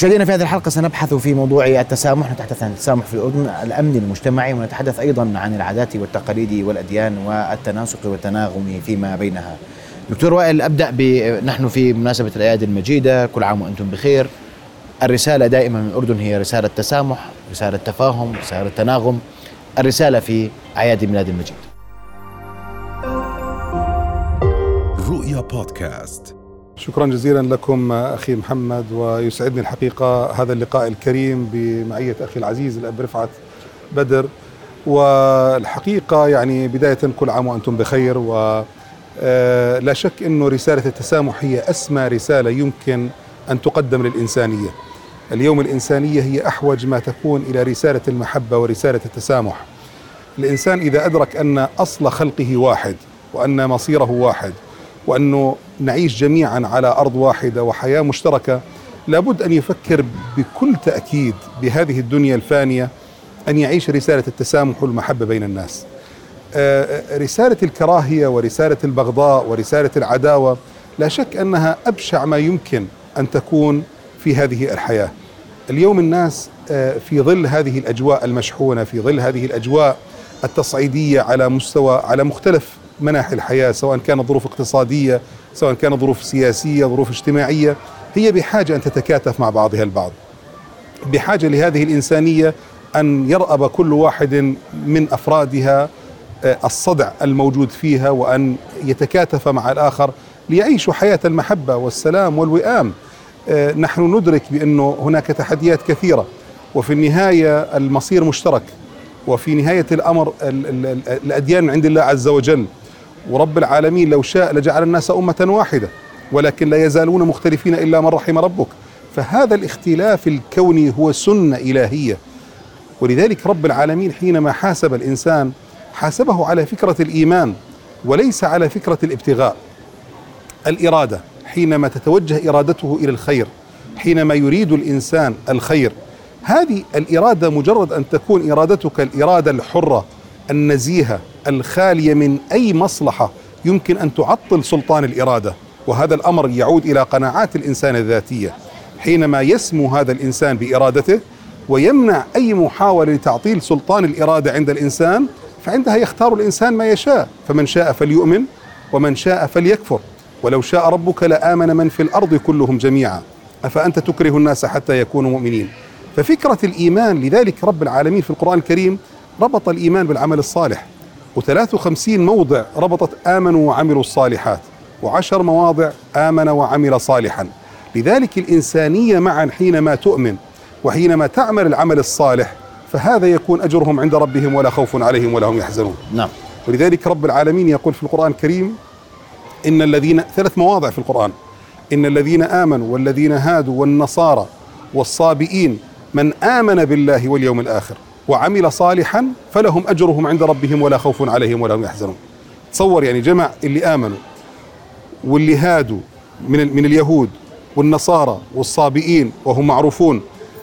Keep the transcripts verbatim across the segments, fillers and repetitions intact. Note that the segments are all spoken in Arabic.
مشاهدينا، في هذه الحلقة سنبحث في موضوع التسامح. نتحدث عن التسامح في الأردن الأمني المجتمعي، ونتحدث أيضا عن العادات والتقاليد والأديان والتناسق والتناغم فيما بينها. دكتور وائل، أبدأ ب نحن في مناسبة الأعياد المجيدة، كل عام وأنتم بخير. الرسالة دائما من الأردن هي رسالة تسامح، رسالة تفاهم، رسالة تناغم. الرسالة في أعياد الميلاد المجيد. رؤيا بودكاست. شكرا جزيلا لكم أخي محمد، ويسعدني الحقيقة هذا اللقاء الكريم بمعية أخي العزيز الأب رفعت بدر. والحقيقة يعني بداية كل عام وأنتم بخير، ولا شك أنه رسالة التسامح هي أسمى رسالة يمكن أن تقدم للإنسانية. اليوم الإنسانية هي أحوج ما تكون إلى رسالة المحبة ورسالة التسامح. الإنسان إذا أدرك أن أصل خلقه واحد، وأن مصيره واحد، وأنه نعيش جميعا على أرض واحدة وحياة مشتركة، لابد أن يفكر بكل تأكيد بهذه الدنيا الفانية أن يعيش رسالة التسامح والمحبة بين الناس. رسالة الكراهية ورسالة البغضاء ورسالة العداوة لا شك أنها أبشع ما يمكن أن تكون في هذه الحياة. اليوم الناس في ظل هذه الأجواء المشحونة، في ظل هذه الأجواء التصعيدية على مستوى على مختلف مناحي الحياة، سواء كانت ظروف اقتصادية، سواء كانت ظروف سياسية، ظروف اجتماعية، هي بحاجة أن تتكاتف مع بعضها البعض، بحاجة لهذه الإنسانية أن يرأب كل واحد من أفرادها الصدع الموجود فيها، وأن يتكاتف مع الآخر ليعيشوا حياة المحبة والسلام والوئام. نحن ندرك بأنه هناك تحديات كثيرة، وفي النهاية المصير مشترك، وفي نهاية الأمر الأديان عند الله عز وجل، ورب العالمين لو شاء لجعل الناس أمة واحدة، ولكن لا يزالون مختلفين إلا من رحم ربك. فهذا الاختلاف الكوني هو سنة إلهية، ولذلك رب العالمين حينما حاسب الإنسان حاسبه على فكرة الإيمان وليس على فكرة الابتغاء. الإرادة حينما تتوجه إرادته إلى الخير، حينما يريد الإنسان الخير، هذه الإرادة مجرد أن تكون إرادتك الإرادة الحرة النزيهة الخالية من أي مصلحة يمكن أن تعطل سلطان الإرادة. وهذا الأمر يعود إلى قناعات الإنسان الذاتية. حينما يسمو هذا الإنسان بإرادته ويمنع أي محاولة لتعطيل سلطان الإرادة عند الإنسان، فعندها يختار الإنسان ما يشاء، فمن شاء فليؤمن ومن شاء فليكفر، ولو شاء ربك لآمن من في الأرض كلهم جميعا أفأنت تكره الناس حتى يكونوا مؤمنين. ففكرة الإيمان، لذلك رب العالمين في القرآن الكريم ربط الإيمان بالعمل الصالح، وثلاث وخمسين موضع ربطت آمنوا وعملوا الصالحات، وعشر مواضع آمن وعمل صالحا. لذلك الإنسانية معا حينما تؤمن وحينما تعمل العمل الصالح فهذا يكون أجرهم عند ربهم ولا خوف عليهم ولا هم يحزنون. نعم. ولذلك رب العالمين يقول في القرآن الكريم إن الذين، ثلاث مواضع في القرآن، إن الذين آمنوا والذين هادوا والنصارى والصابئين من آمن بالله واليوم الآخر وعمل صالحا فلهم أجرهم عند ربهم ولا خوف عليهم ولا هم يحزنون. تصور يعني جمع اللي آمنوا واللي هادوا من من اليهود والنصارى والصابئين وهم معروفون.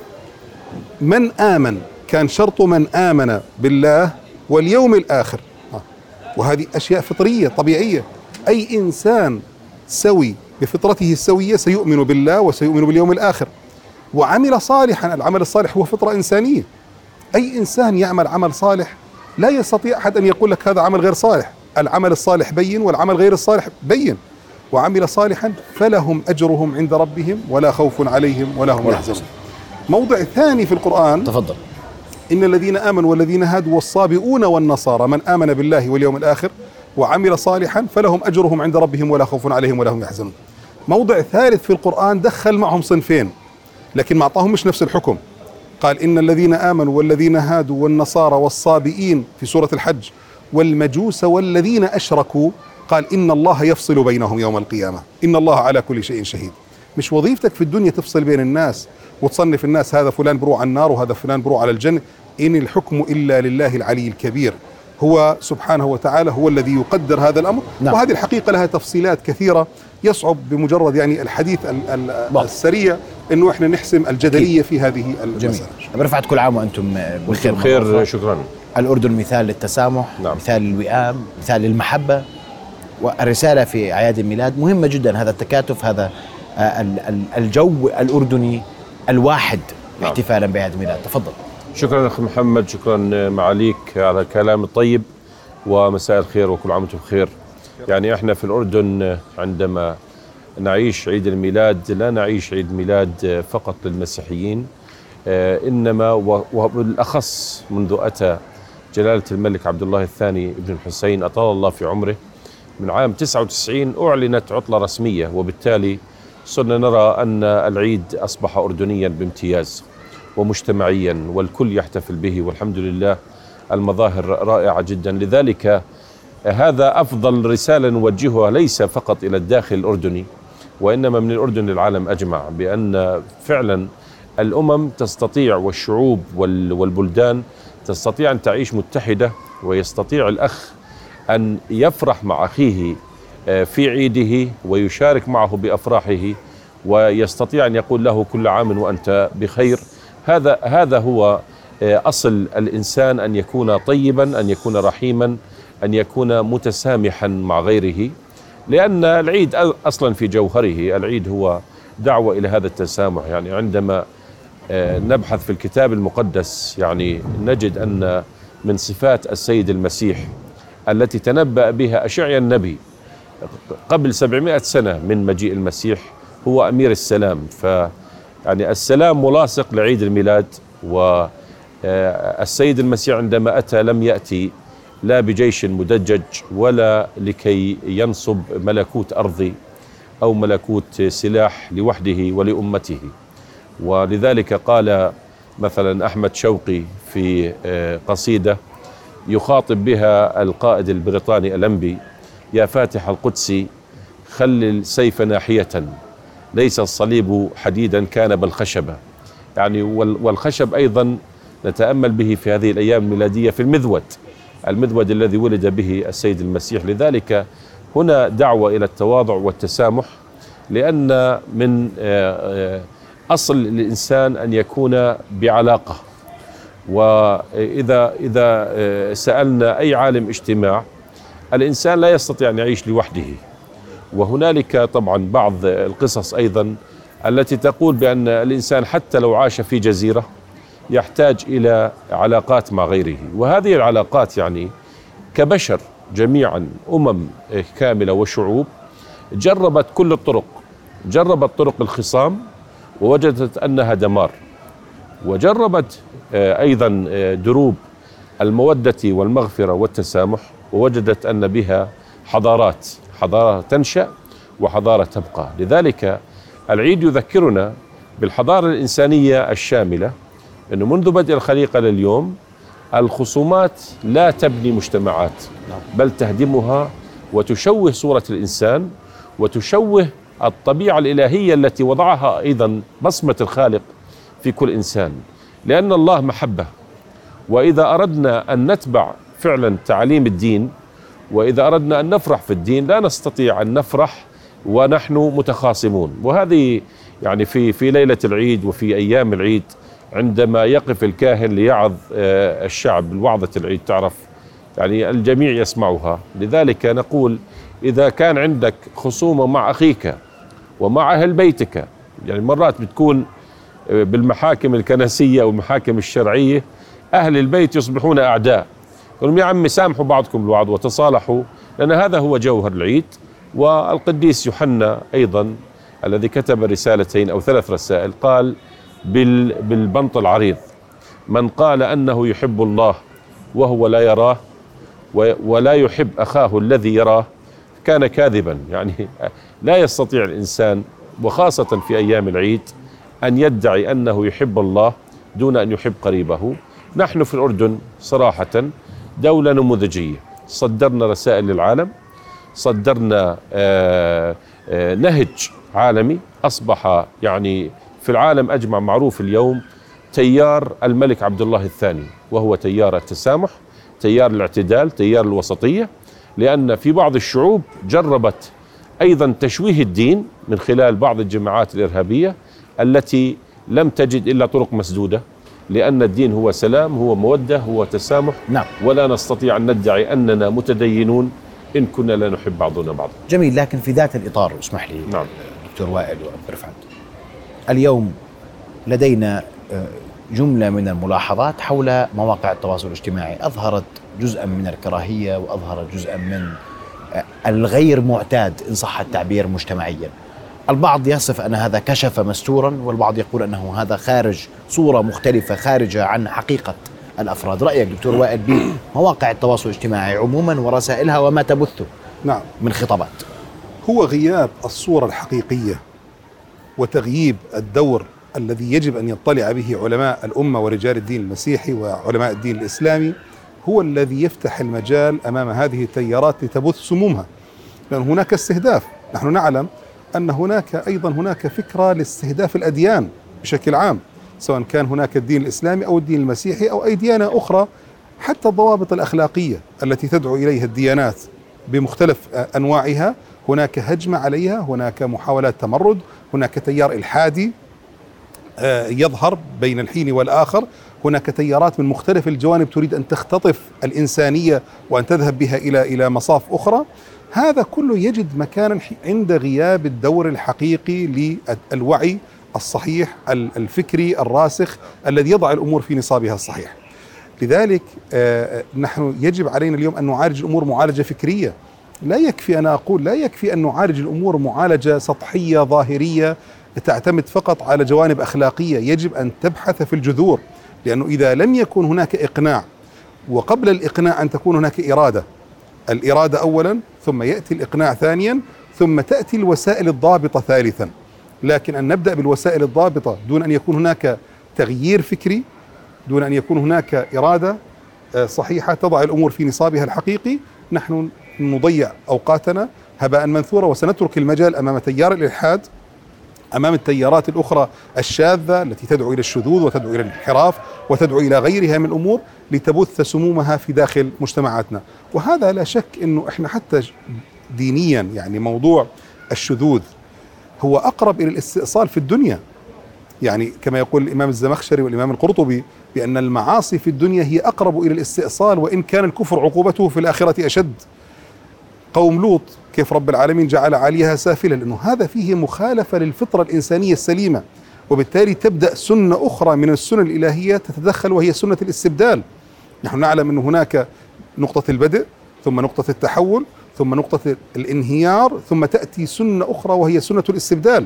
من آمن كان شرط من آمن بالله واليوم الآخر، وهذه أشياء فطرية طبيعية. أي إنسان سوي بفطرته السوية سيؤمن بالله وسيؤمن باليوم الآخر. وعمل صالحا، العمل الصالح هو فطرة إنسانية. أي إنسان يعمل عمل صالح لا يستطيع أحد أن يقول لك هذا عمل غير صالح. العمل الصالح بين والعمل غير الصالح بين. وعمل صالحا فلهم أجرهم عند ربهم ولا خوف عليهم ولا هم يحزنون. موضع ثاني في القرآن، تفضل، إن الذين آمنوا والذين هادوا والصابئون والنصارى من آمن بالله واليوم الآخر وعمل صالحا فلهم أجرهم عند ربهم ولا خوف عليهم ولا هم يحزنون. موضع ثالث في القرآن دخل معهم صنفين لكن ما أعطاهم مش نفس الحكم. قال إن الذين آمنوا والذين هادوا والنصارى والصابئين في سورة الحج والمجوس والذين أشركوا، قال إن الله يفصل بينهم يوم القيامة إن الله على كل شيء شهيد. مش وظيفتك في الدنيا تفصل بين الناس وتصنف الناس هذا فلان بروح على النار وهذا فلان بروح على الجنة. إن الحكم إلا لله العلي الكبير، هو سبحانه وتعالى هو الذي يقدر هذا الأمر. نعم. وهذه الحقيقة لها تفصيلات كثيرة يصعب بمجرد يعني الحديث السريع إنه إحنا نحسم الجدلية في هذه المسألة. برفعت كل عام وأنتم بخير. بخير شكرا. الأردن مثال للتسامح. نعم. مثال للوئام، مثال للمحبة. والرسالة في أعياد الميلاد مهمة جدا، هذا التكاتف، هذا الجو الأردني الواحد نعم. احتفالا بهذا الميلاد؟ تفضل. شكرا أخي محمد، شكرا معاليك على الكلام الطيب، ومساء الخير وكل عام وانتم بخير. يعني احنا في الأردن عندما نعيش عيد الميلاد لا نعيش عيد ميلاد فقط للمسيحيين، إنما وبالأخص منذ أتى جلالة الملك عبد الله الثاني ابن الحسين أطال الله في عمره من عام تسعة وتسعين أعلنت عطلة رسمية، وبالتالي صرنا نرى أن العيد أصبح أردنيا بامتياز ومجتمعيا والكل يحتفل به، والحمد لله المظاهر رائعة جدا. لذلك هذا أفضل رسالة نوجهها ليس فقط إلى الداخل الأردني وإنما من الأردن للعالم أجمع، بأن فعلا الأمم تستطيع والشعوب والبلدان تستطيع أن تعيش متحدة، ويستطيع الأخ أن يفرح مع أخيه في عيده ويشارك معه بأفراحه، ويستطيع أن يقول له كل عام وأنت بخير. هذا هذا هو أصل الإنسان، أن يكون طيبا، أن يكون رحيما، أن يكون متسامحا مع غيره، لأن العيد أصلا في جوهره العيد هو دعوة إلى هذا التسامح. يعني عندما نبحث في الكتاب المقدس يعني نجد أن من صفات السيد المسيح التي تنبأ بها أشعيا النبي قبل سبعمائة سنة من مجيء المسيح هو أمير السلام. فيعني السلام ملاصق لعيد الميلاد، والسيد المسيح عندما أتى لم يأتي لا بجيش مدجج ولا لكي ينصب ملكوت أرضي أو ملكوت سلاح لوحده ولأمته. ولذلك قال مثلا أحمد شوقي في قصيدة يخاطب بها القائد البريطاني ألمبي: يا فاتح القدس خل السيف ناحية، ليس الصليب حديدا كان بل خشبة. يعني والخشب أيضا نتأمل به في هذه الأيام الميلادية في المذود المذود الذي ولد به السيد المسيح. لذلك هنا دعوة إلى التواضع والتسامح، لأن من أصل الإنسان أن يكون بعلاقة. وإذا إذا سألنا أي عالم اجتماع، الإنسان لا يستطيع أن يعيش لوحده، وهنالك طبعا بعض القصص أيضا التي تقول بأن الإنسان حتى لو عاش في جزيرة يحتاج إلى علاقات مع غيره، وهذه العلاقات يعني كبشر جميعا أمم كاملة وشعوب جربت كل الطرق، جربت طرق الخصام ووجدت أنها دمار، وجربت أيضا دروب المودة والمغفرة والتسامح ووجدت أن بها حضارات، حضارة تنشأ وحضارة تبقى. لذلك العيد يذكرنا بالحضارة الإنسانية الشاملة، أنه منذ بدء الخليقة لليوم الخصومات لا تبني مجتمعات بل تهدمها وتشوه صورة الإنسان وتشوه الطبيعة الإلهية التي وضعها أيضا بصمة الخالق في كل إنسان، لأن الله محبة. وإذا أردنا أن نتبع فعلا تعاليم الدين، وإذا أردنا أن نفرح في الدين، لا نستطيع أن نفرح ونحن متخاصمون. وهذه يعني في في ليلة العيد وفي أيام العيد عندما يقف الكاهن ليعظ الشعب الوعظة العيد، تعرف يعني الجميع يسمعها. لذلك نقول إذا كان عندك خصومة مع أخيك ومع أهل بيتك، يعني مرات بتكون بالمحاكم الكنسية والمحاكم الشرعية أهل البيت يصبحون أعداء، يقولون يا عمي سامحوا بعضكم البعض وتصالحوا، لأن هذا هو جوهر العيد. والقديس يوحنا أيضا الذي كتب رسالتين أو ثلاث رسائل قال بالبنط العريض: من قال أنه يحب الله وهو لا يراه ولا يحب أخاه الذي يراه كان كاذبا. يعني لا يستطيع الإنسان وخاصة في أيام العيد أن يدعي أنه يحب الله دون أن يحب قريبه. نحن في الأردن صراحة دولة نموذجية، صدرنا رسائل للعالم، صدرنا آآ آآ نهج عالمي أصبح يعني في العالم أجمع معروف اليوم تيار الملك عبد الله الثاني، وهو تيار التسامح، تيار الاعتدال، تيار الوسطية. لأن في بعض الشعوب جربت أيضا تشويه الدين من خلال بعض الجماعات الإرهابية التي لم تجد إلا طرق مسدودة، لأن الدين هو سلام، هو مودة، هو تسامح. نعم. ولا نستطيع أن ندعي أننا متدينون إن كنا لا نحب بعضنا بعضا. جميل. لكن في ذات الإطار اسمح لي نعم دكتور وائل وأبو رفعت، اليوم لدينا جملة من الملاحظات حول مواقع التواصل الاجتماعي أظهرت جزءا من الكراهية وأظهرت جزءا من الغير معتاد إن صح التعبير مجتمعيا. البعض يصف أن هذا كشف مستورا، والبعض يقول أنه هذا خارج صورة مختلفة خارجة عن حقيقة الأفراد. رأيك دكتور وائل بمواقع التواصل الاجتماعي عموما ورسائلها وما تبثه نعم من خطابات؟ هو غياب الصورة الحقيقية وتغييب الدور الذي يجب أن يطلع به علماء الأمة ورجال الدين المسيحي وعلماء الدين الإسلامي هو الذي يفتح المجال أمام هذه التيارات لتبث سمومها، لأن هناك استهداف. نحن نعلم أن هناك أيضا هناك فكرة لاستهداف الأديان بشكل عام، سواء كان هناك الدين الإسلامي أو الدين المسيحي أو أي ديانة أخرى. حتى الضوابط الأخلاقية التي تدعو إليها الديانات بمختلف أنواعها هناك هجمة عليها، هناك محاولات تمرد، هناك تيار إلحادي يظهر بين الحين والآخر، هناك تيارات من مختلف الجوانب تريد أن تختطف الإنسانية وأن تذهب بها إلى إلى مصاف أخرى. هذا كله يجد مكانا عند غياب الدور الحقيقي للوعي الصحيح الفكري الراسخ الذي يضع الأمور في نصابها الصحيح. لذلك نحن يجب علينا اليوم أن نعالج الأمور معالجة فكرية. لا يكفي، أنا أقول لا يكفي أن نعالج الأمور معالجة سطحية ظاهرية تعتمد فقط على جوانب أخلاقية. يجب أن تبحث في الجذور، لأنه إذا لم يكن هناك إقناع، وقبل الإقناع أن تكون هناك إرادة، الإرادة أولا ثم يأتي الإقناع ثانيا ثم تأتي الوسائل الضابطة ثالثا. لكن أن نبدأ بالوسائل الضابطة دون أن يكون هناك تغيير فكري، دون أن يكون هناك إرادة صحيحة تضع الأمور في نصابها الحقيقي، نحن نضيع أوقاتنا هباء منثورا، وسنترك المجال أمام تيار الإلحاد، أمام التيارات الأخرى الشاذة التي تدعو إلى الشذوذ وتدعو إلى الانحراف وتدعو إلى غيرها من الأمور لتبث سمومها في داخل مجتمعاتنا. وهذا لا شك أنه إحنا حتى دينيا يعني موضوع الشذوذ هو أقرب إلى الاستئصال في الدنيا، يعني كما يقول الإمام الزمخشري والإمام القرطبي بأن المعاصي في الدنيا هي أقرب إلى الاستئصال، وإن كان الكفر عقوبته في الآخرة أشد. قوم لوط كيف رب العالمين جعل عليها سافلة، لأنه هذا فيه مخالفة للفطرة الإنسانية السليمة، وبالتالي تبدأ سنة أخرى من السنن الإلهية تتدخل وهي سنة الاستبدال. نحن نعلم أن هناك نقطة البدء ثم نقطة التحول ثم نقطة الانهيار ثم تأتي سنة أخرى وهي سنة الاستبدال.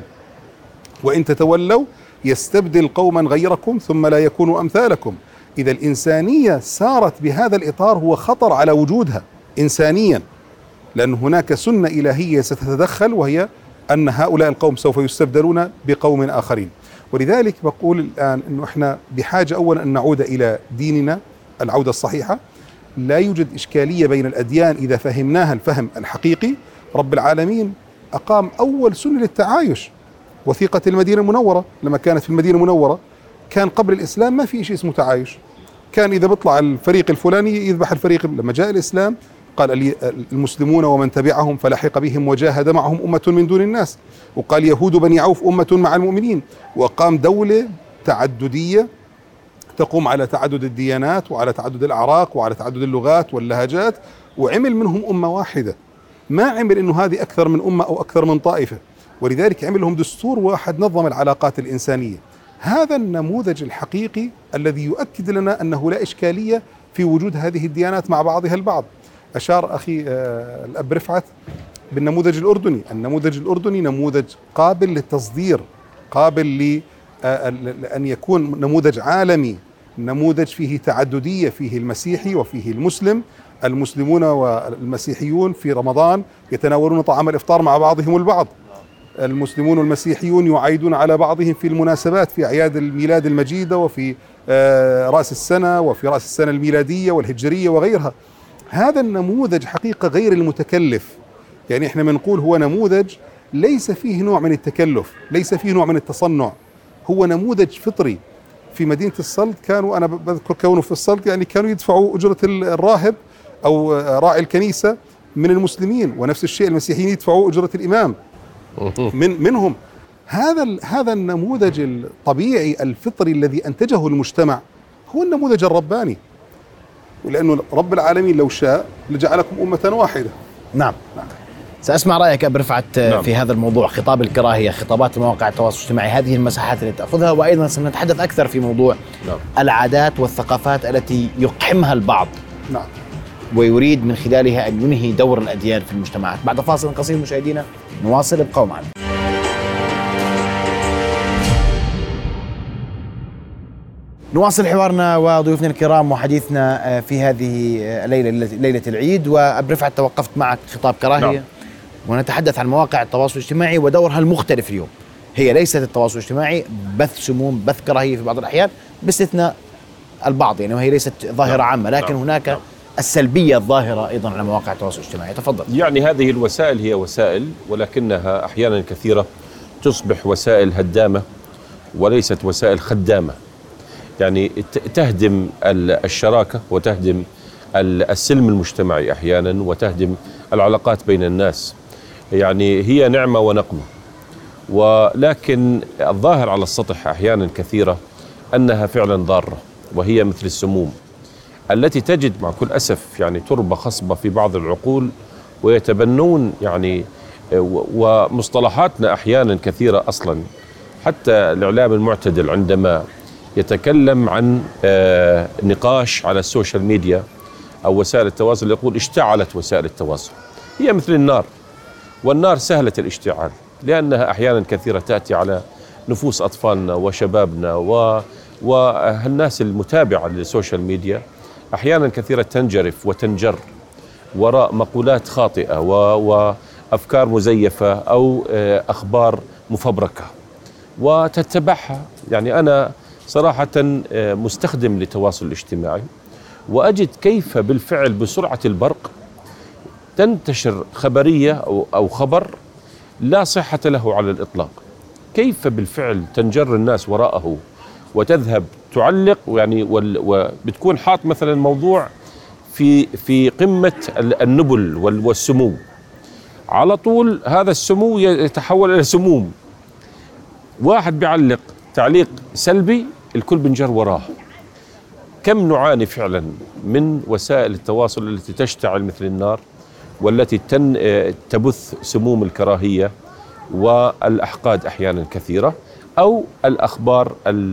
وإن تتولوا يستبدل قوما غيركم ثم لا يكونوا أمثالكم. إذا الإنسانية سارت بهذا الإطار هو خطر على وجودها إنسانيا، لأن هناك سنة إلهية ستتدخل وهي أن هؤلاء القوم سوف يستبدلون بقوم آخرين. ولذلك بقول الآن أنه إحنا بحاجة أولا أن نعود إلى ديننا العودة الصحيحة. لا يوجد إشكالية بين الأديان إذا فهمناها الفهم الحقيقي. رب العالمين أقام أول سنة للتعايش، وثيقة المدينة المنورة لما كانت في المدينة المنورة كان قبل الإسلام ما في شيء اسمه تعايش، كان إذا بيطلع الفريق الفلاني يذبح الفريق. لما جاء الإسلام قال المسلمون ومن تبعهم فلحق بهم وجاهد معهم أمة من دون الناس، وقال يهود بني عوف أمة مع المؤمنين، وقام دولة تعددية تقوم على تعدد الديانات وعلى تعدد الأعراق وعلى تعدد اللغات واللهجات، وعمل منهم أمة واحدة، ما عمل إنه هذه أكثر من أمة أو أكثر من طائفة. ولذلك عمل لهم دستور واحد نظم العلاقات الإنسانية. هذا النموذج الحقيقي الذي يؤكد لنا أنه لا إشكالية في وجود هذه الديانات مع بعضها البعض. أشار أخي الأب رفعت بالنموذج الأردني. النموذج الأردني نموذج قابل للتصدير، قابل لأن يكون نموذج عالمي، نموذج فيه تعددية، فيه المسيحي وفيه المسلم. المسلمون والمسيحيون في رمضان يتناولون طعام الإفطار مع بعضهم البعض، المسلمون والمسيحيون يعيدون على بعضهم في المناسبات، في أعياد الميلاد المجيدة وفي رأس السنة وفي رأس السنة الميلادية والهجرية وغيرها. هذا النموذج حقيقة غير المتكلف، يعني احنا بنقول هو نموذج ليس فيه نوع من التكلف، ليس فيه نوع من التصنع، هو نموذج فطري. في مدينة السلط كانوا، أنا بذكر كونه في السلط، يعني كانوا يدفعوا أجرة الراهب أو راعي الكنيسة من المسلمين، ونفس الشيء المسيحيين يدفعوا أجرة الإمام من منهم. هذا هذا النموذج الطبيعي الفطري الذي أنتجه المجتمع هو النموذج الرباني، ولأنه رب العالمين لو شاء لجعلكم أمة واحدة. نعم, نعم. سأسمع رأيك أبو رفعت نعم. في هذا الموضوع، خطاب الكراهية، خطابات مواقع التواصل الاجتماعي، هذه المساحات التي تأخذها، وأيضا سنتحدث أكثر في موضوع نعم. العادات والثقافات التي يقحمها البعض نعم. ويريد من خلالها أن ينهي دور الأديان في المجتمعات. بعد فاصل قصير مشاهدينا نواصل، ابقوا معنا. نواصل حوارنا وضيوفنا الكرام وحديثنا في هذه الليلة، ليلة العيد. وأبو رفعت توقفت معك خطاب كراهية. نعم. ونتحدث عن مواقع التواصل الاجتماعي ودورها المختلف اليوم. هي ليست التواصل الاجتماعي بث سموم، بث كراهية في بعض الأحيان باستثناء البعض يعني، وهي ليست ظاهرة نعم. عامة، لكن نعم. هناك نعم. السلبية الظاهرة أيضا على مواقع التواصل الاجتماعي. تفضل. يعني هذه الوسائل هي وسائل، ولكنها أحيانا كثيرة تصبح وسائل هدامة وليست وسائل خدامة. يعني تهدم الشراكة وتهدم السلم المجتمعي أحيانا، وتهدم العلاقات بين الناس. يعني هي نعمة ونقمة، ولكن الظاهر على السطح أحيانا كثيرة أنها فعلا ضارة، وهي مثل السموم التي تجد مع كل أسف يعني تربة خصبة في بعض العقول، ويتبنون يعني ومصطلحاتنا أحيانا كثيرة أصلا. حتى الإعلام المعتدل عندما يتكلم عن نقاش على السوشيال ميديا أو وسائل التواصل يقول اشتعلت وسائل التواصل. هي مثل النار، والنار سهلة الاشتعال، لأنها أحيانا كثيرة تأتي على نفوس أطفالنا وشبابنا و والناس المتابعة للسوشيال ميديا. أحيانا كثيرة تنجرف وتنجر وراء مقولات خاطئة وأفكار مزيفة أو أخبار مفبركة وتتبعها. يعني أنا صراحة مستخدم للتواصل الاجتماعي، وأجد كيف بالفعل بسرعة البرق تنتشر خبرية أو خبر لا صحة له على الإطلاق، كيف بالفعل تنجر الناس وراءه وتذهب تعلق يعني، وبتكون حاط مثلا موضوع في في قمة النبل والسمو، على طول هذا السمو يتحول إلى سموم. واحد بيعلق تعليق سلبي الكل بنجر وراه. كم نعاني فعلا من وسائل التواصل التي تشتعل مثل النار، والتي تبث سموم الكراهية والأحقاد أحيانا كثيرة، أو الأخبار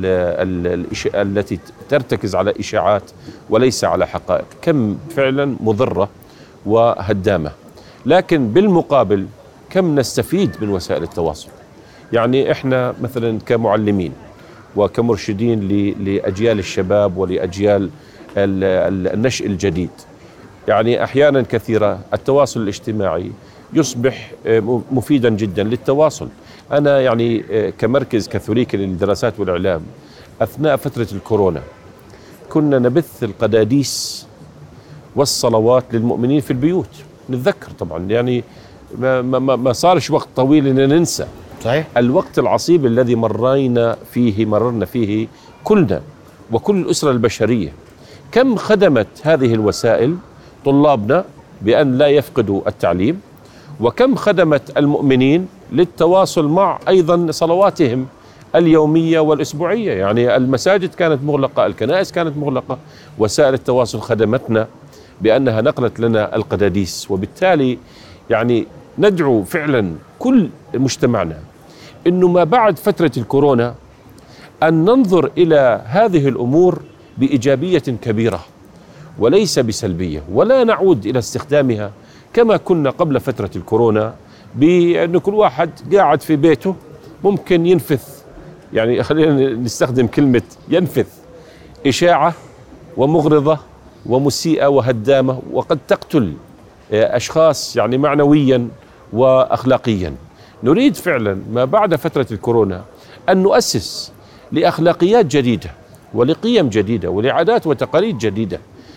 التي ترتكز على إشاعات وليس على حقائق. كم فعلا مضرة وهدامة. لكن بالمقابل كم نستفيد من وسائل التواصل. يعني إحنا مثلا كمعلمين وكمرشدين لأجيال الشباب ولأجيال النشء الجديد، يعني أحيانا كثيرة التواصل الاجتماعي يصبح مفيدا جدا للتواصل. أنا يعني كمركز كاثوليكي للدراسات والإعلام أثناء فترة الكورونا كنا نبث القداديس والصلوات للمؤمنين في البيوت. نتذكر طبعا يعني ما, ما, ما صارش وقت طويل إن ننسى صحيح الوقت العصيب الذي مرينا فيه مررنا فيه كلنا وكل الأسرة البشرية. كم خدمت هذه الوسائل طلابنا بأن لا يفقدوا التعليم، وكم خدمت المؤمنين للتواصل مع أيضا صلواتهم اليومية والأسبوعية. يعني المساجد كانت مغلقة، الكنائس كانت مغلقة، وسائل التواصل خدمتنا بأنها نقلت لنا القداديس. وبالتالي يعني ندعو فعلا كل مجتمعنا إنه ما بعد فترة الكورونا أن ننظر إلى هذه الأمور بإيجابية كبيرة وليس بسلبية، ولا نعود إلى استخدامها كما كنا قبل فترة الكورونا، بأن كل واحد قاعد في بيته ممكن ينفث، يعني خلينا نستخدم كلمة ينفث، إشاعة ومغرضة ومسيئة وهدامة، وقد تقتل أشخاص يعني معنويا وأخلاقيا. نريد فعلا ما بعد فترة الكورونا أن نؤسس لأخلاقيات جديدة ولقيم جديدة ولعادات وتقاليد جديدة.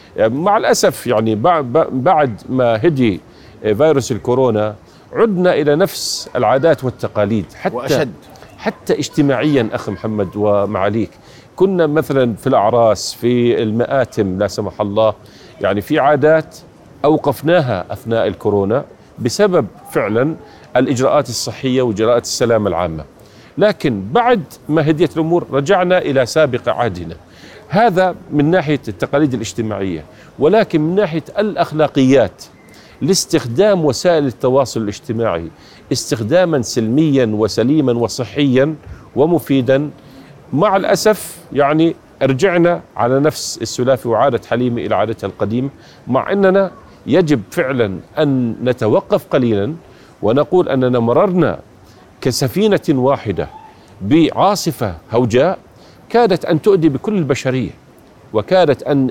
مع الأسف يعني بعد ما هدي فيروس الكورونا عدنا إلى نفس العادات والتقاليد، حتى وأشد. حتى اجتماعيا أخي محمد ومعاليك، كنا مثلا في الأعراس في المآتم لا سمح الله، يعني في عادات أوقفناها أثناء الكورونا بسبب فعلا الإجراءات الصحية وإجراءات السلامة العامة. لكن بعد ما هديت الأمور رجعنا إلى سابق عهدنا. هذا من ناحية التقاليد الاجتماعية، ولكن من ناحية الأخلاقيات لاستخدام وسائل التواصل الاجتماعي استخداما سلميا وسليما وصحيا ومفيدا. مع الأسف يعني رجعنا على نفس السلافة وعادت حليمة إلى عادتها القديمة، مع أننا يجب فعلا أن نتوقف قليلا ونقول أننا مررنا كسفينة واحدة بعاصفة هوجاء كادت أن تؤدي بكل البشرية، وكادت أن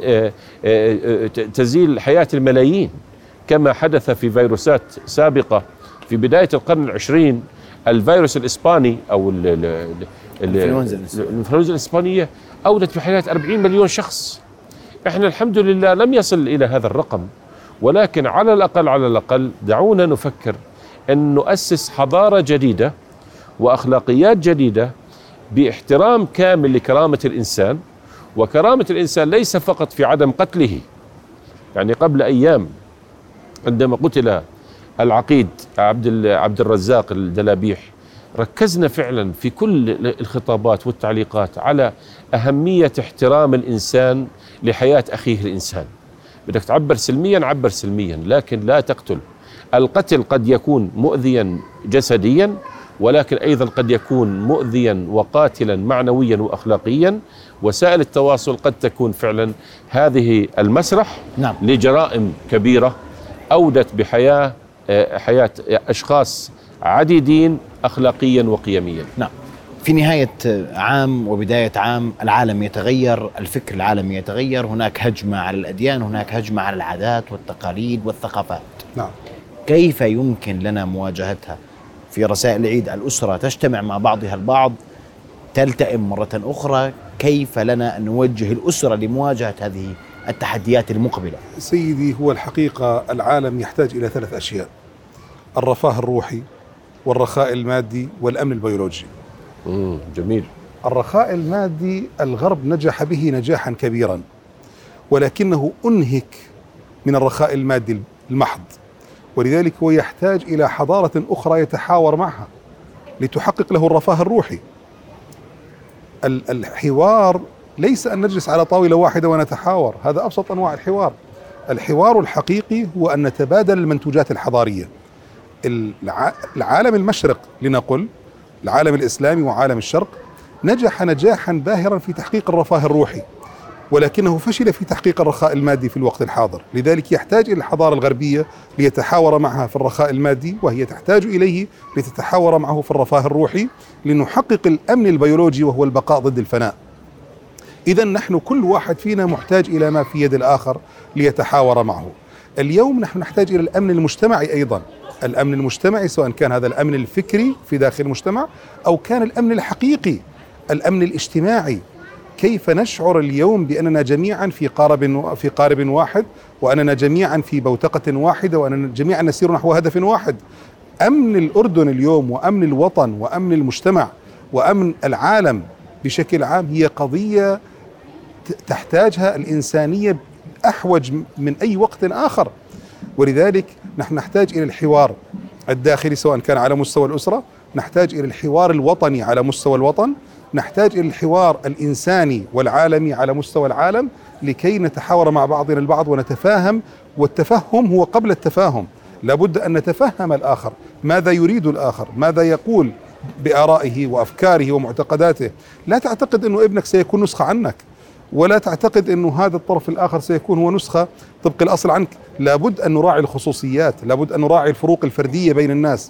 تزيل حياة الملايين، كما حدث في فيروسات سابقة في بداية القرن العشرين. الفيروس الإسباني أو الإنفلونزا الإسبانية أودت بحياة أربعين مليون شخص. إحنا الحمد لله لم يصل إلى هذا الرقم، ولكن على الأقل على الأقل دعونا نفكر أن نؤسس حضارة جديدة وأخلاقيات جديدة باحترام كامل لكرامة الإنسان. وكرامة الإنسان ليس فقط في عدم قتله. يعني قبل أيام عندما قتل العقيد عبد عبد الرزاق الدلابيح ركزنا فعلا في كل الخطابات والتعليقات على أهمية احترام الإنسان لحياة أخيه الإنسان. بدك تعبر سلميا عبر سلميا، لكن لا تقتل. القتل قد يكون مؤذيا جسديا، ولكن أيضا قد يكون مؤذيا وقاتلا معنويا وأخلاقيا. وسائل التواصل قد تكون فعلا هذه المسرح نعم. لجرائم كبيرة أودت بحياة حياة أشخاص عديدين أخلاقيا وقيميا. نعم. في نهاية عام وبداية عام العالم يتغير، الفكر العالمي يتغير، هناك هجمة على الأديان، هناك هجمة على العادات والتقاليد والثقافات. نعم. كيف يمكن لنا مواجهتها؟ في رسائل العيد الأسرة تجتمع مع بعضها البعض، تلتئم مرة أخرى، كيف لنا أن نوجه الأسرة لمواجهة هذه التحديات المقبلة؟ سيدي، هو الحقيقة العالم يحتاج إلى ثلاث أشياء: الرفاه الروحي والرخاء المادي والأمن البيولوجي. مم. جميل. الرخاء المادي الغرب نجح به نجاحا كبيرا، ولكنه أنهك من الرخاء المادي المحض، ولذلك هو يحتاج إلى حضارة أخرى يتحاور معها لتحقق له الرفاه الروحي. الحوار ليس أن نجلس على طاولة واحدة ونتحاور، هذا أبسط أنواع الحوار. الحوار الحقيقي هو أن نتبادل المنتوجات الحضارية. العالم المشرق لنقل العالم الإسلامي وعالم الشرق نجح نجاحا باهرا في تحقيق الرفاه الروحي، ولكنه فشل في تحقيق الرخاء المادي في الوقت الحاضر. لذلك يحتاج إلى الحضارة الغربية ليتحاور معها في الرخاء المادي، وهي تحتاج إليه لتتحاور معه في الرفاه الروحي، لنحقق الأمن البيولوجي وهو البقاء ضد الفناء. إذن نحن كل واحد فينا محتاج إلى ما في يد الآخر ليتحاور معه. اليوم نحن نحتاج إلى الأمن المجتمعي أيضا. الأمن المجتمعي سواء كان هذا الأمن الفكري في داخل المجتمع أو كان الأمن الحقيقي الأمن الاجتماعي. كيف نشعر اليوم بأننا جميعا في قارب في قارب واحد، وأننا جميعا في بوتقة واحدة، وأننا جميعا نسير نحو هدف واحد. أمن الأردن اليوم وأمن الوطن وأمن المجتمع وأمن العالم بشكل عام هي قضية تحتاجها الإنسانية أحوج من أي وقت آخر. ولذلك نحن نحتاج إلى الحوار الداخلي سواء كان على مستوى الأسرة، نحتاج إلى الحوار الوطني على مستوى الوطن، نحتاج إلى الحوار الإنساني والعالمي على مستوى العالم، لكي نتحاور مع بعضنا البعض ونتفاهم. والتفهم هو قبل التفاهم. لابد أن نتفهم الآخر، ماذا يريد الآخر، ماذا يقول بآرائه وأفكاره ومعتقداته. لا تعتقد أنه ابنك سيكون نسخة عنك، ولا تعتقد أنه هذا الطرف الآخر سيكون هو نسخة طبق الأصل عنك. لابد أن نراعي الخصوصيات، لابد أن نراعي الفروق الفردية بين الناس.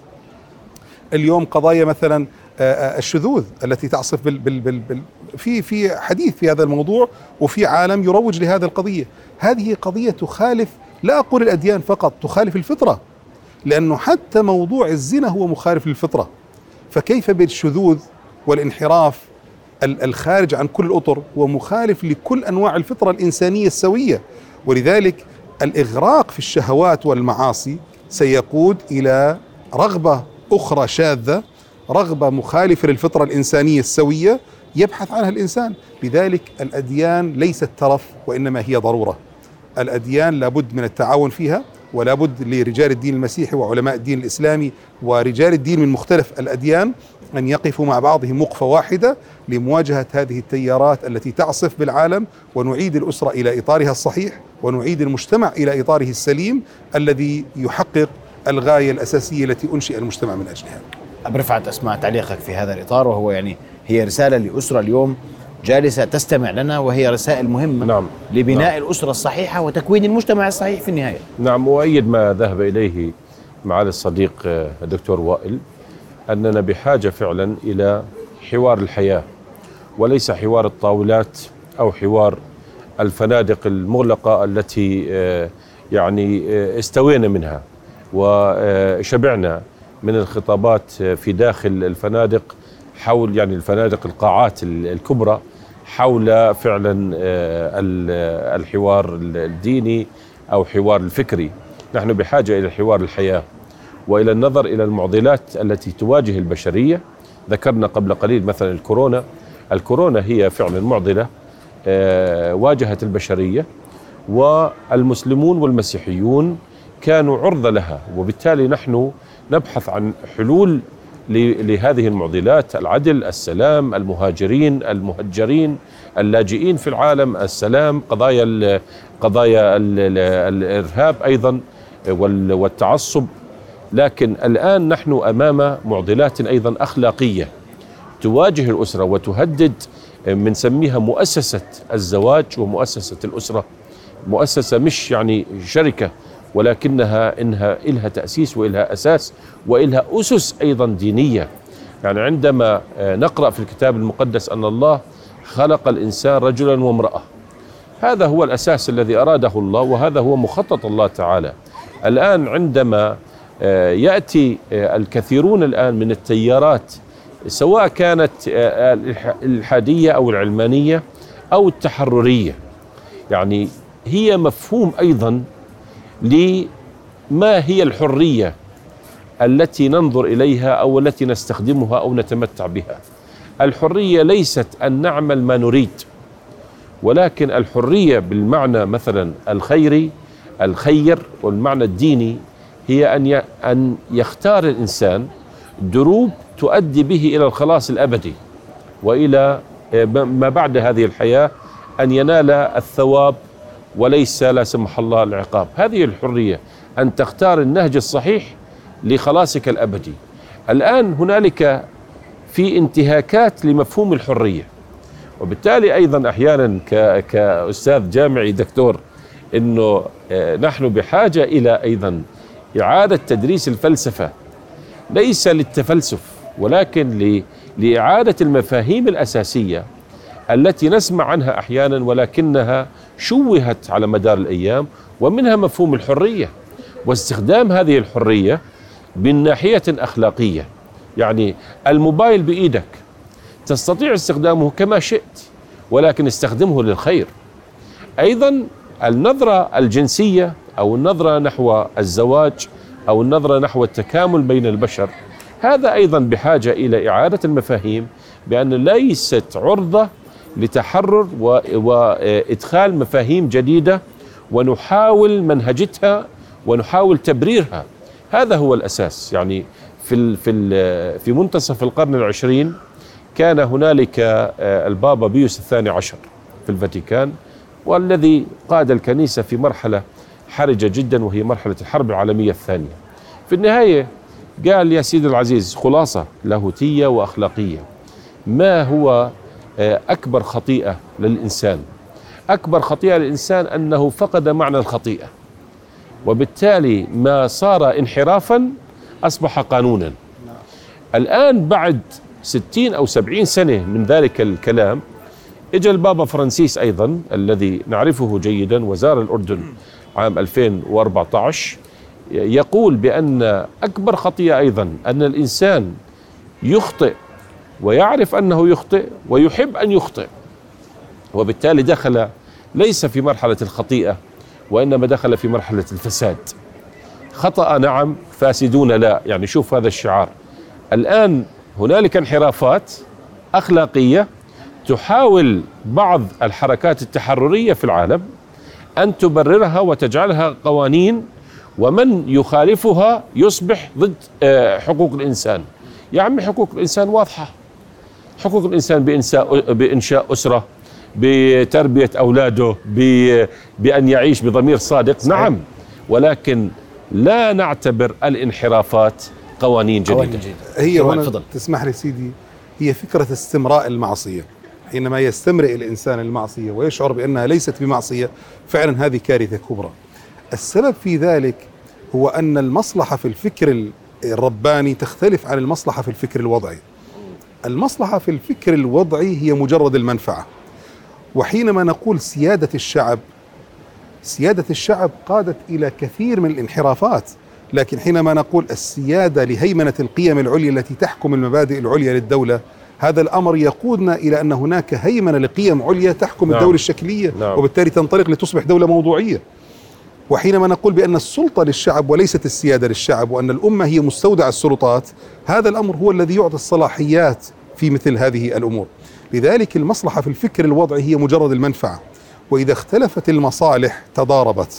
اليوم قضايا مثلا الشذوذ التي تعصف بال بال بال بال في في حديث في هذا الموضوع، وفي عالم يروج لهذه القضية. هذه قضية تخالف، لا أقول الأديان فقط، تخالف الفطرة، لأنه حتى موضوع الزنا هو مخالف للفطرة. فكيف بالشذوذ والانحراف الخارج عن كل الأطر ومخالف لكل أنواع الفطرة الإنسانية السوية. ولذلك الإغراق في الشهوات والمعاصي سيقود إلى رغبة أخرى شاذة، رغبة مخالفة للفطرة الإنسانية السوية يبحث عنها الإنسان. لذلك الأديان ليست ترف، وإنما هي ضرورة. الأديان لابد من التعاون فيها، ولا بد لرجال الدين المسيحي وعلماء الدين الإسلامي ورجال الدين من مختلف الأديان أن يقفوا مع بعضهم وقفة واحدة لمواجهة هذه التيارات التي تعصف بالعالم، ونعيد الأسرة إلى إطارها الصحيح، ونعيد المجتمع إلى إطاره السليم الذي يحقق الغاية الأساسية التي أنشئ المجتمع من أجلها. أبو رفعت، أسمع تعليقك في هذا الإطار، وهو يعني هي رسالة لأسرة اليوم جالسة تستمع لنا، وهي رسائل مهمة نعم. لبناء نعم. الأسرة الصحيحة وتكوين المجتمع الصحيح في النهاية. نعم، أؤيد ما ذهب إليه معالي الصديق الدكتور وائل، أننا بحاجة فعلا إلى حوار الحياة، وليس حوار الطاولات أو حوار الفنادق المغلقة التي يعني استوينا منها وشبعنا من الخطابات في داخل الفنادق حول يعني الفنادق القاعات الكبرى حول فعلا الحوار الديني أو حوار الفكري. نحن بحاجة إلى حوار الحياة وإلى النظر إلى المعضلات التي تواجه البشرية. ذكرنا قبل قليل مثلا الكورونا. الكورونا هي فعلا معضلة واجهت البشرية، والمسلمون والمسيحيون كانوا عرضة لها، وبالتالي نحن نبحث عن حلول لهذه المعضلات: العدل، السلام، المهاجرين، المهجرين، اللاجئين في العالم، السلام، قضايا قضايا الإرهاب أيضا والتعصب. لكن الآن نحن أمام معضلات أيضا أخلاقية تواجه الأسرة وتهدد، من سميها مؤسسة الزواج ومؤسسة الأسرة. مؤسسة مش يعني شركة، ولكنها إنها إلها تأسيس وإلها أساس وإلها أسس أيضا دينية. يعني عندما نقرأ في الكتاب المقدس أن الله خلق الإنسان رجلا وامرأة، هذا هو الأساس الذي أراده الله، وهذا هو مخطط الله تعالى. الآن عندما يأتي الكثيرون الآن من التيارات، سواء كانت الإلحادية أو العلمانية أو التحررية، يعني هي مفهوم أيضا لما هي الحرية التي ننظر إليها أو التي نستخدمها أو نتمتع بها. الحرية ليست أن نعمل ما نريد، ولكن الحرية بالمعنى مثلا الخيري الخير والمعنى الديني هي أن أن يختار الإنسان دروب تؤدي به إلى الخلاص الأبدي وإلى ما بعد هذه الحياة، أن ينال الثواب وليس لا سمح الله العقاب. هذه الحرية، أن تختار النهج الصحيح لخلاصك الأبدي. الآن هنالك في انتهاكات لمفهوم الحرية، وبالتالي أيضا أحيانا كأستاذ جامعي دكتور إنه نحن بحاجة إلى أيضا إعادة تدريس الفلسفة، ليس للتفلسف ولكن لإعادة المفاهيم الأساسية التي نسمع عنها أحيانا ولكنها شوهت على مدار الأيام، ومنها مفهوم الحرية واستخدام هذه الحرية من ناحية أخلاقية. يعني الموبايل بإيدك، تستطيع استخدامه كما شئت، ولكن استخدمه للخير. أيضا النظرة الجنسية أو النظرة نحو الزواج أو النظرة نحو التكامل بين البشر، هذا أيضا بحاجة إلى إعادة المفاهيم بأن ليست عرضة لتحرر وإدخال مفاهيم جديدة ونحاول منهجتها ونحاول تبريرها. هذا هو الأساس. يعني في في في منتصف القرن العشرين كان هنالك البابا بيوس الثاني عشر في الفاتيكان، والذي قاد الكنيسة في مرحلة حرجة جدا وهي مرحلة الحرب العالمية الثانية. في النهاية قال: يا سيدي العزيز، خلاصة لاهوتية وأخلاقية، ما هو أكبر خطيئة للإنسان؟ أكبر خطيئة للإنسان أنه فقد معنى الخطيئة، وبالتالي ما صار انحرافا أصبح قانونا. الآن بعد ستين أو سبعين سنة من ذلك الكلام، إجا البابا فرانسيس أيضا الذي نعرفه جيدا وزار الأردن عام ألفين وأربعة عشر، يقول بأن أكبر خطيئة أيضا أن الإنسان يخطئ ويعرف أنه يخطئ ويحب أن يخطئ، وبالتالي دخل ليس في مرحلة الخطيئة وإنما دخل في مرحلة الفساد. خطأ نعم، فاسدون لا. يعني شوف هذا الشعار. الآن هنالك انحرافات أخلاقية تحاول بعض الحركات التحررية في العالم أن تبررها وتجعلها قوانين ومن يخالفها يصبح ضد حقوق الإنسان. يا عمي حقوق الإنسان واضحة، حقوق الإنسان بإنشاء, بإنشاء أسرة، بتربية أولاده، بأن يعيش بضمير صادق. صحيح. نعم، ولكن لا نعتبر الانحرافات قوانين جديدة, قوانين جديدة. هي هنا تسمح لي سيدي، هي فكرة استمراء المعصية. حينما يستمرئ الإنسان المعصية ويشعر بأنها ليست بمعصية، فعلا هذه كارثة كبرى. السبب في ذلك هو أن المصلحة في الفكر الرباني تختلف عن المصلحة في الفكر الوضعي. المصلحة في الفكر الوضعي هي مجرد المنفعة، وحينما نقول سيادة الشعب، سيادة الشعب قادت إلى كثير من الانحرافات. لكن حينما نقول السيادة لهيمنة القيم العليا التي تحكم المبادئ العليا للدولة، هذا الأمر يقودنا إلى أن هناك هيمنة لقيم عليا تحكم نعم. الدولة الشكلية نعم. وبالتالي تنطلق لتصبح دولة موضوعية. وحينما نقول بأن السلطة للشعب وليست السيادة للشعب، وأن الأمة هي مستودع السلطات، هذا الأمر هو الذي يعطي الصلاحيات في مثل هذه الأمور. لذلك المصلحة في الفكر الوضعي هي مجرد المنفعة، وإذا اختلفت المصالح تضاربت،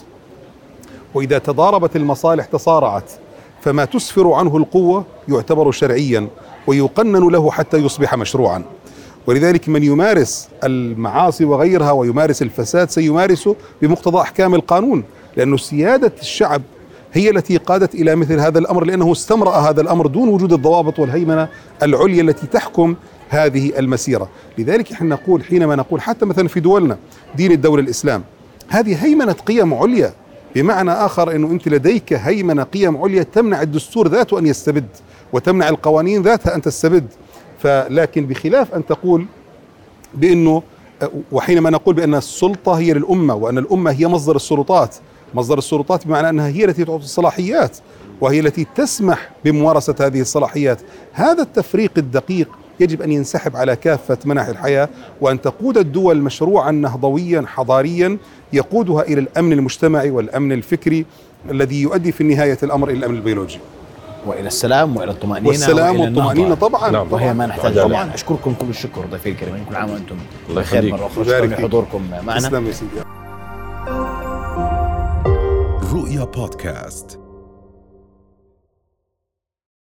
وإذا تضاربت المصالح تصارعت، فما تسفر عنه القوة يعتبر شرعيا ويقنن له حتى يصبح مشروعا. ولذلك من يمارس المعاصي وغيرها ويمارس الفساد سيمارسه بمقتضى أحكام القانون، لأن سيادة الشعب هي التي قادت إلى مثل هذا الأمر، لأنه استمرأ هذا الأمر دون وجود الضوابط والهيمنة العليا التي تحكم هذه المسيرة. لذلك احنا نقول، حينما نقول حتى مثلا في دولنا دين الدولة الإسلام، هذه هيمنة قيم عليا، بمعنى آخر أنه أنت لديك هيمنة قيم عليا تمنع الدستور ذاته أن يستبد، وتمنع القوانين ذاتها أن تستبد. فلكن بخلاف أن تقول بأنه، وحينما نقول بأن السلطة هي للأمة وأن الأمة هي مصدر السلطات، مصدر السلطات بمعنى أنها هي التي تعطي الصلاحيات وهي التي تسمح بممارسة هذه الصلاحيات، هذا التفريق الدقيق يجب أن ينسحب على كافة مناحي الحياة، وأن تقود الدول مشروعا نهضويا حضاريا يقودها إلى الأمن المجتمعي والأمن الفكري الذي يؤدي في نهاية الأمر إلى الأمن البيولوجي وإلى السلام وإلى الطمأنينة والسلام والطمأنينة طبعا. نعم. وهي ما نحتاج طبعا. أشكركم كل الشكر ضيفي الكريمين، كل عام وأنتم بخير مرة أخرى. شكرا لحضوركم معنا. تسلم يا سيدي. رؤيا بودكاست.